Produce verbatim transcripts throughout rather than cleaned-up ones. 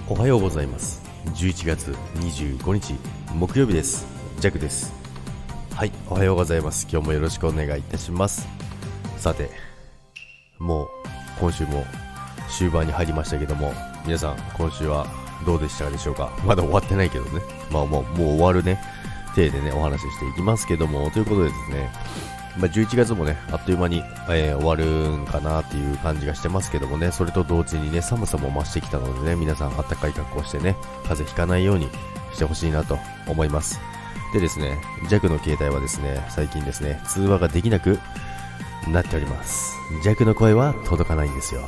おはようございます。じゅういちがつにじゅうごにち木曜日です。ジャックです。はい、おはようございます。今日もよろしくお願いいたします。さて、もう今週も終盤に入りましたけども、皆さん今週はどうでしたでしょうか。まだ終わってないけどね、まあもう、もう終わるね体でねお話ししていきますけども、ということでですね、まあ、じゅういちがつもねあっという間に、えー、終わるんかなっていう感じがしてますけどもね、それと同時にね寒さも増してきたのでね、皆さん暖かい格好をしてね風邪ひかないようにしてほしいなと思います。でですね、ジャックの携帯はですね、最近ですね通話ができなくなっております。ジャックの声は届かないんですよ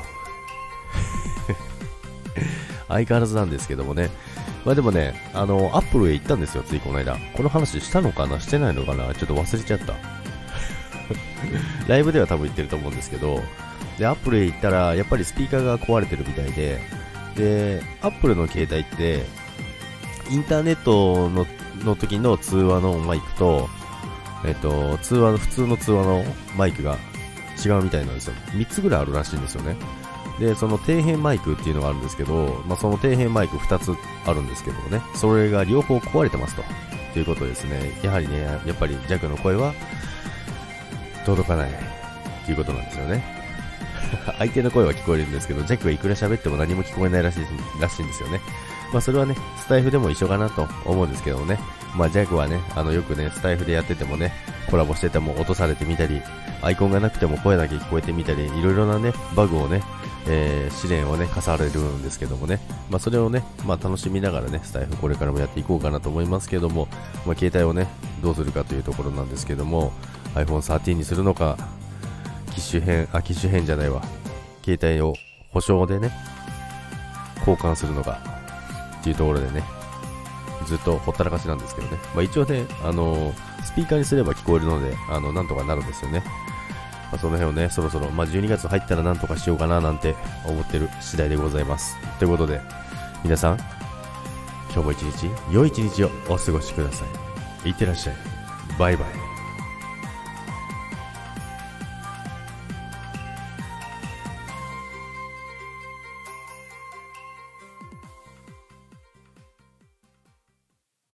相変わらずなんですけどもね、まあでもね、あのアップルへ行ったんですよ、ついこの間。この話したのかなしてないのかな、ちょっと忘れちゃったライブでは多分言ってると思うんですけど、でアップルへ行ったらやっぱりスピーカーが壊れてるみたいで、でアップルの携帯ってインターネット の, の時の通話のマイクと、えっと、通話の普通の通話のマイクが違うみたいなんですよ。みっつぐらいあるらしいんですよね。でその底辺マイクっていうのがあるんですけど、まあ、その底辺マイクふたつあるんですけどもね、それが両方壊れてますとということですね。やはりね、やっぱりジャックの声は届かないということなんですよね相手の声は聞こえるんですけど、ジャックがいくら喋っても何も聞こえないらしいらしいんですよね。まあそれはねスタイフでも一緒かなと思うんですけどね、まあジャックはね、あのよくねスタイフでやっててもね、コラボしてても落とされてみたり、アイコンがなくても声だけ聞こえてみたり、いろいろなねバグをね、えー、試練をね課されるんですけどもね、まあそれをね、まあ楽しみながらねスタイフこれからもやっていこうかなと思いますけども、まあ携帯をねどうするかというところなんですけども、 アイフォンサーティーン にするのか、機種変あ機種変じゃないわ携帯を保証でね交換するのかっていうところでね、ずっとほったらかしなんですけどね、まあ、一応ね、あのー、スピーカーにすれば聞こえるので、あのなんとかなるんですよね。まあ、その辺をねそろそろ、まあ、じゅうにがつ入ったらなんとかしようかななんて思ってる次第でございます。ということで皆さん、今日も一日良い一日をお過ごしください。いってらっしゃい。バイバイ。